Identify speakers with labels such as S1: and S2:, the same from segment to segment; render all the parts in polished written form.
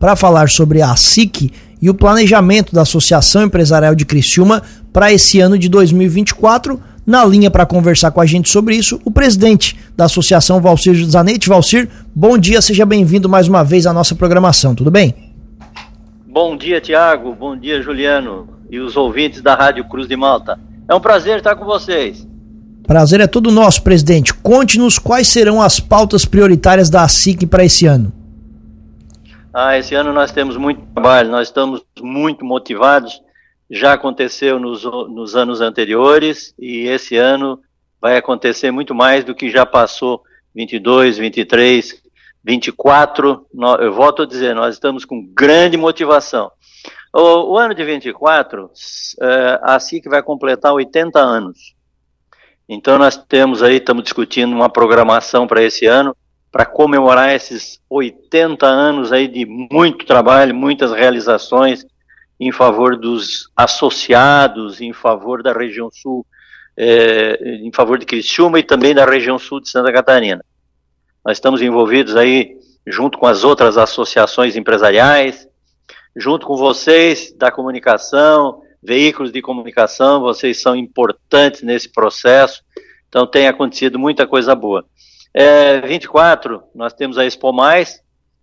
S1: para falar sobre a SIC e o planejamento da Associação Empresarial de Criciúma para esse ano de 2024. Na linha para conversar com a gente sobre isso, o presidente da Associação, Valcir Zanetti. Valcir, bom dia, seja bem-vindo mais uma vez à nossa programação, tudo bem?
S2: Bom dia, Tiago, bom dia, Juliano e os ouvintes da Rádio Cruz de Malta. É um prazer estar com vocês.
S1: Prazer é todo nosso, presidente. Conte-nos quais serão as pautas prioritárias da SIC para esse ano.
S2: Esse ano nós temos muito trabalho, nós estamos muito motivados. Já aconteceu nos anos anteriores e esse ano vai acontecer muito mais do que já passou 22, 23, 24. Eu volto a dizer, nós estamos com grande motivação. O ano de 24, a SIC vai completar 80 anos. Então nós estamos discutindo uma programação para esse ano, para comemorar esses 80 anos aí de muito trabalho, muitas realizações em favor dos associados, em favor da região sul, em favor de Criciúma e também da região sul de Santa Catarina. Nós estamos envolvidos aí junto com as outras associações empresariais, junto com vocês da comunicação, veículos de comunicação, vocês são importantes nesse processo, então tem acontecido muita coisa boa. 24, nós temos a Expo Mais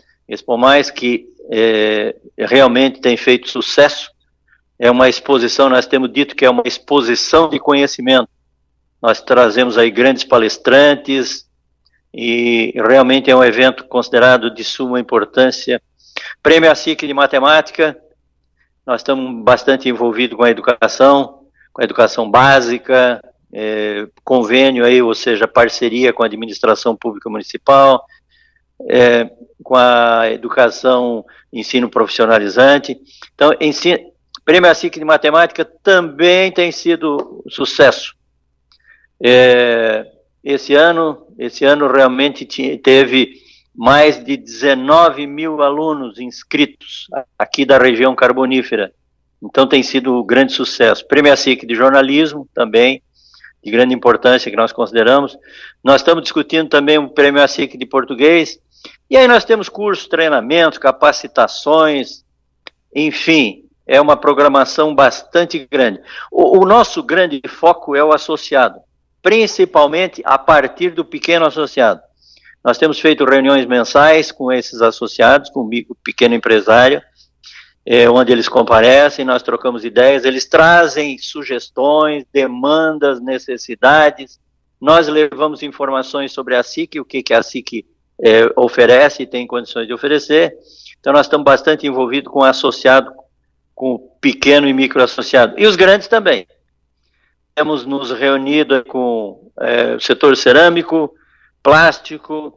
S2: que realmente tem feito sucesso, é uma exposição, nós temos dito que é uma exposição de conhecimento, nós trazemos aí grandes palestrantes e realmente é um evento considerado de suma importância. Prêmio ASIC de Matemática, nós estamos bastante envolvidos com a educação básica, convênio aí, ou seja, parceria com a administração pública municipal, com a educação, ensino profissionalizante. Então, Prêmio ASIC de Matemática também tem sido sucesso. Esse ano realmente teve mais de 19 mil alunos inscritos aqui da região carbonífera. Então tem sido um grande sucesso. Prêmio ASIC de Jornalismo também, de grande importância que nós consideramos. Nós estamos discutindo também o Prêmio ASIC de Português. E aí nós temos cursos, treinamentos, capacitações, enfim, é uma programação bastante grande. O nosso grande foco é o associado, principalmente a partir do pequeno associado. Nós temos feito reuniões mensais com esses associados, com o pequeno empresário, onde eles comparecem, nós trocamos ideias, eles trazem sugestões, demandas, necessidades, nós levamos informações sobre a SIC, o que a SIC oferece e tem condições de oferecer. Então nós estamos bastante envolvidos com o associado, com o pequeno e micro associado, e os grandes também. Temos nos reunido com o setor cerâmico, plástico,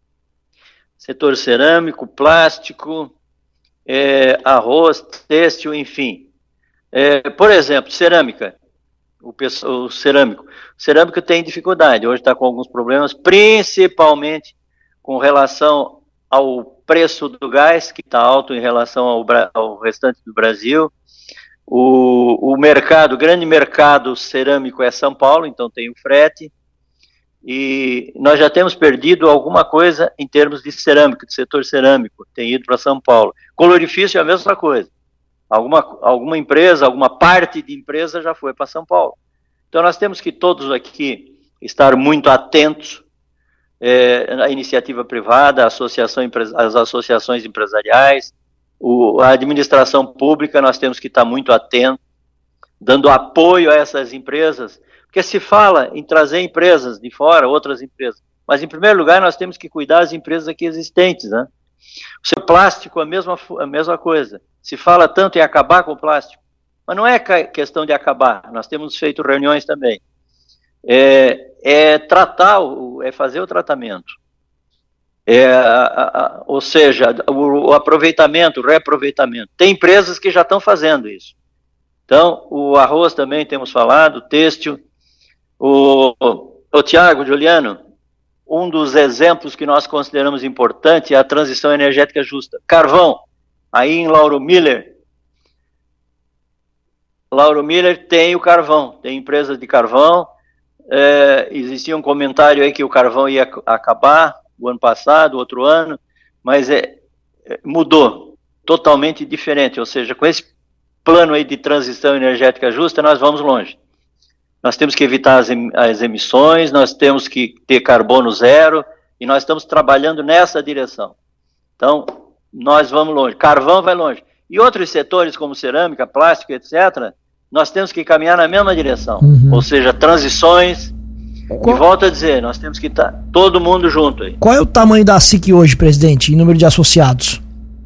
S2: arroz, têxtil, enfim. Por exemplo, cerâmica. O cerâmico tem dificuldade, hoje está com alguns problemas, principalmente com relação ao preço do gás, que está alto em relação ao restante do Brasil. O grande mercado cerâmico é São Paulo, então tem o frete, e nós já temos perdido alguma coisa em termos de cerâmica, de setor cerâmico, tem ido para São Paulo. Colorifício é a mesma coisa, alguma empresa, alguma parte de empresa já foi para São Paulo. Então nós temos que todos aqui estar muito atentos à iniciativa privada, as associações empresariais, a administração pública, nós temos que estar muito atentos, dando apoio a essas empresas, porque se fala em trazer empresas de fora, outras empresas, mas em primeiro lugar nós temos que cuidar das empresas aqui existentes, né? O seu plástico, a mesma coisa, se fala tanto em acabar com o plástico, mas não é questão de acabar, nós temos feito reuniões também, fazer o tratamento, ou seja, o aproveitamento, o reaproveitamento. Tem empresas que já estão fazendo isso. Então, o arroz também temos falado, o têxtil. O Tiago, Juliano, um dos exemplos que nós consideramos importante é a transição energética justa. Carvão, aí em Lauro Miller tem o carvão, tem empresas de carvão. Existia um comentário aí que o carvão ia acabar o ano passado, outro ano, mas mudou. totalmente diferente, ou seja, com esse plano aí de transição energética justa, nós vamos longe. Nós temos que evitar as emissões, nós temos que ter carbono zero, e nós estamos trabalhando nessa direção. Então, nós vamos longe. Carvão vai longe. E outros setores, como cerâmica, plástico, etc., nós temos que caminhar na mesma direção. Ou seja, transições. E volto a dizer, nós temos que estar todo mundo junto aí.
S1: Qual é o tamanho da SIC hoje, presidente, em número de associados?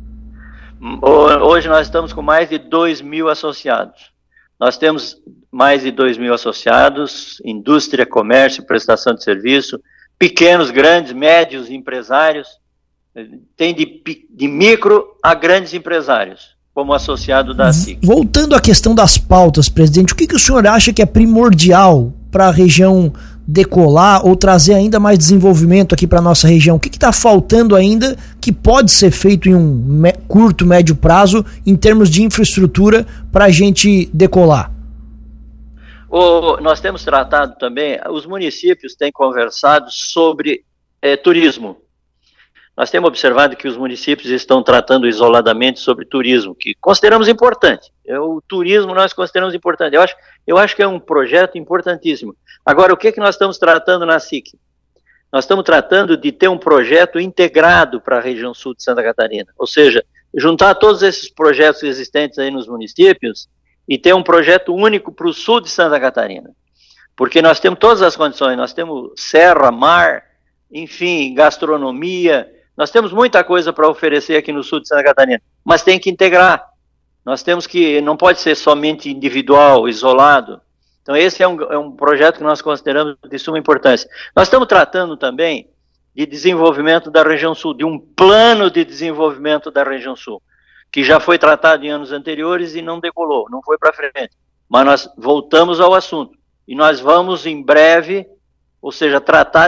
S2: Hoje nós estamos com mais de 2.000 associados. Nós temos mais de 2.000 associados, indústria, comércio, prestação de serviço, pequenos, grandes, médios empresários, tem de micro a grandes empresários, como associado da SIC.
S1: Voltando à questão das pautas, presidente, o que o senhor acha que é primordial para a região decolar ou trazer ainda mais desenvolvimento aqui para a nossa região? O que está faltando ainda que pode ser feito em um curto, médio prazo em termos de infraestrutura para a gente decolar?
S2: Nós temos tratado também, os municípios têm conversado sobre turismo. Nós temos observado que os municípios estão tratando isoladamente sobre turismo, que consideramos importante. O turismo nós consideramos importante. Eu acho que é um projeto importantíssimo. Agora, o que nós estamos tratando na SIC? Nós estamos tratando de ter um projeto integrado para a região sul de Santa Catarina. Ou seja, juntar todos esses projetos existentes aí nos municípios e ter um projeto único para o sul de Santa Catarina. Porque nós temos todas as condições. Nós temos serra, mar, enfim, gastronomia. Nós temos muita coisa para oferecer aqui no sul de Santa Catarina, mas tem que integrar. Nós temos que, não pode ser somente individual, isolado. Então esse é um projeto que nós consideramos de suma importância. Nós estamos tratando também de desenvolvimento da região sul, de um plano de desenvolvimento da região sul, que já foi tratado em anos anteriores e não decolou, não foi para frente. Mas nós voltamos ao assunto e nós vamos em breve, ou seja,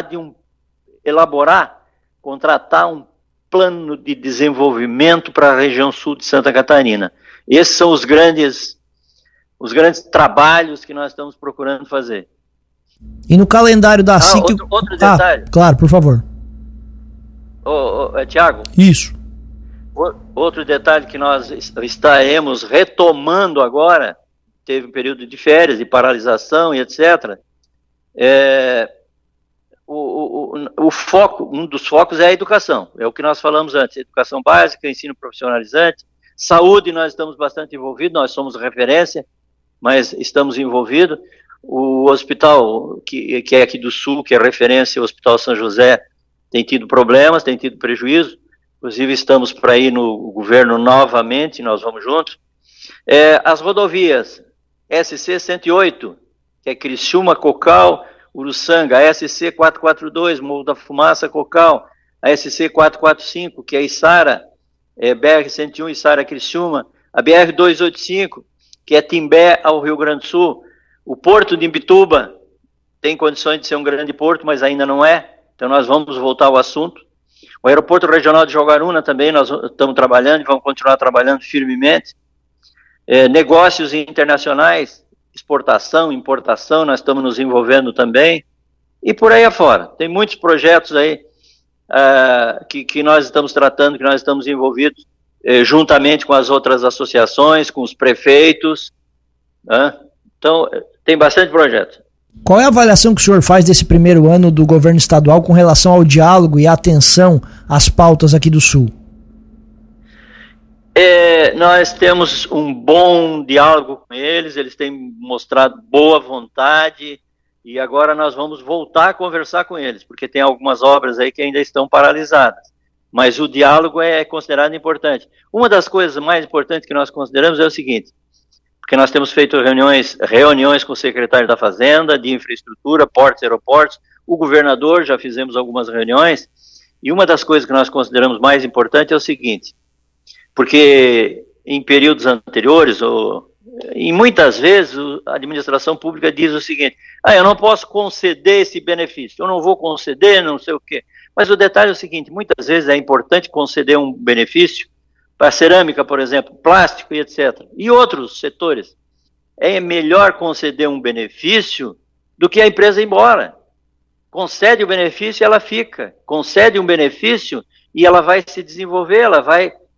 S2: contratar um plano de desenvolvimento para a região sul de Santa Catarina. Esses são os grandes trabalhos que nós estamos procurando fazer.
S1: E no calendário da SIC...
S2: Outro detalhe.
S1: Claro, por favor.
S2: Tiago?
S1: Isso.
S2: Outro detalhe que nós estaremos retomando agora, teve um período de férias, de paralisação e etc., um dos focos é a educação, é o que nós falamos antes, educação básica, ensino profissionalizante, saúde, nós estamos bastante envolvidos, nós somos referência, mas estamos envolvidos. O hospital que é aqui do sul, que é referência, o Hospital São José, tem tido problemas, tem tido prejuízo, inclusive estamos para ir no governo novamente, nós vamos juntos. As rodovias, SC 108, que é Criciúma, Cocal, Uruçanga, a SC 442, Morro da Fumaça, Cocal, a SC 445, que é Içara, BR 101, Içara, Criciúma, a BR 285, que é Timbé ao Rio Grande do Sul, o Porto de Imbituba, tem condições de ser um grande porto, mas ainda não é, então nós vamos voltar ao assunto. O Aeroporto Regional de Jaguaruna também, nós estamos trabalhando e vamos continuar trabalhando firmemente. Negócios internacionais, exportação, importação, nós estamos nos envolvendo também, e por aí afora. Tem muitos projetos aí que nós estamos tratando, que nós estamos envolvidos, juntamente com as outras associações, com os prefeitos, né? Então, tem bastante projeto.
S1: Qual é a avaliação que o senhor faz desse primeiro ano do governo estadual com relação ao diálogo e atenção às pautas aqui do Sul?
S2: Nós temos um bom diálogo com eles têm mostrado boa vontade e agora nós vamos voltar a conversar com eles, porque tem algumas obras aí que ainda estão paralisadas, mas o diálogo é considerado importante. Uma das coisas mais importantes que nós consideramos é o seguinte, porque nós temos feito reuniões com o secretário da Fazenda, de Infraestrutura, Portos e Aeroportos, o governador, já fizemos algumas reuniões, e uma das coisas que nós consideramos mais importante é o seguinte, porque em períodos anteriores, e muitas vezes a administração pública diz o seguinte, eu não posso conceder esse benefício, eu não vou conceder, não sei o quê. Mas o detalhe é o seguinte, muitas vezes é importante conceder um benefício para cerâmica, por exemplo, plástico e etc. E outros setores. É melhor conceder um benefício do que a empresa ir embora. Concede o benefício e ela fica. Concede um benefício e ela vai se desenvolver, ela vai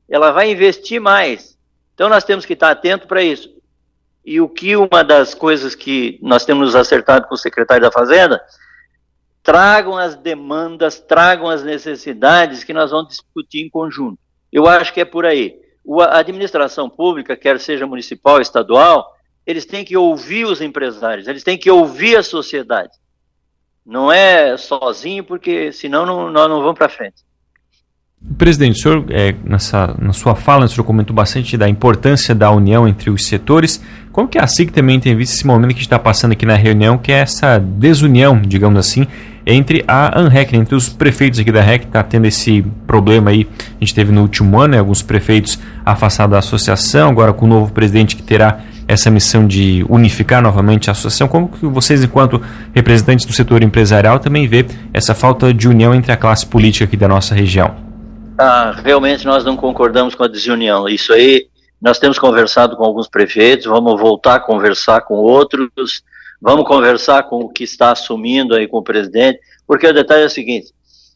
S2: ela vai investir mais. Então nós temos que estar atento para isso. E uma das coisas que nós temos nos acertado com o secretário da Fazenda, tragam as demandas, tragam as necessidades que nós vamos discutir em conjunto. Eu acho que é por aí. A administração pública, quer seja municipal, estadual, eles têm que ouvir os empresários, eles têm que ouvir a sociedade. Não é sozinho, porque senão nós não vamos para frente.
S3: Presidente, o senhor, na sua fala, o senhor comentou bastante da importância da união entre os setores. Como que a SIC também tem visto esse momento que a gente está passando aqui na reunião, que é essa desunião, digamos assim, entre a ANREC, entre os prefeitos aqui da REC, que está tendo esse problema aí, a gente teve no último ano, alguns prefeitos afastados da associação, agora com o novo presidente que terá essa missão de unificar novamente a associação. Como que vocês, enquanto representantes do setor empresarial, também vê essa falta de união entre a classe política aqui da nossa região?
S2: Realmente nós não concordamos com a desunião. Isso aí, nós temos conversado com alguns prefeitos, vamos voltar a conversar com outros, vamos conversar com o que está assumindo aí com o presidente, porque o detalhe é o seguinte,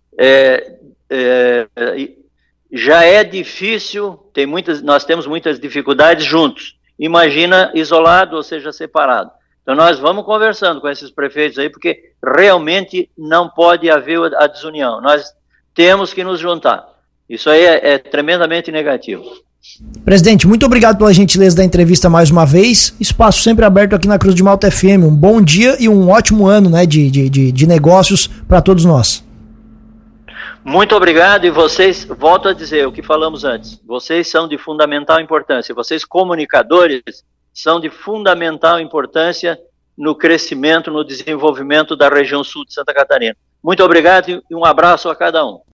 S2: já é difícil, nós temos muitas dificuldades juntos, imagina isolado, ou seja, separado. Então nós vamos conversando com esses prefeitos aí, porque realmente não pode haver a desunião, nós temos que nos juntar. Isso aí é tremendamente negativo.
S1: Presidente, muito obrigado pela gentileza da entrevista mais uma vez. Espaço sempre aberto aqui na Cruz de Malta FM. Um bom dia e um ótimo ano, né, de negócios para todos nós.
S2: Muito obrigado, e vocês, volto a dizer o que falamos antes, vocês são de fundamental importância, vocês comunicadores são de fundamental importância no crescimento, no desenvolvimento da região sul de Santa Catarina. Muito obrigado e um abraço a cada um.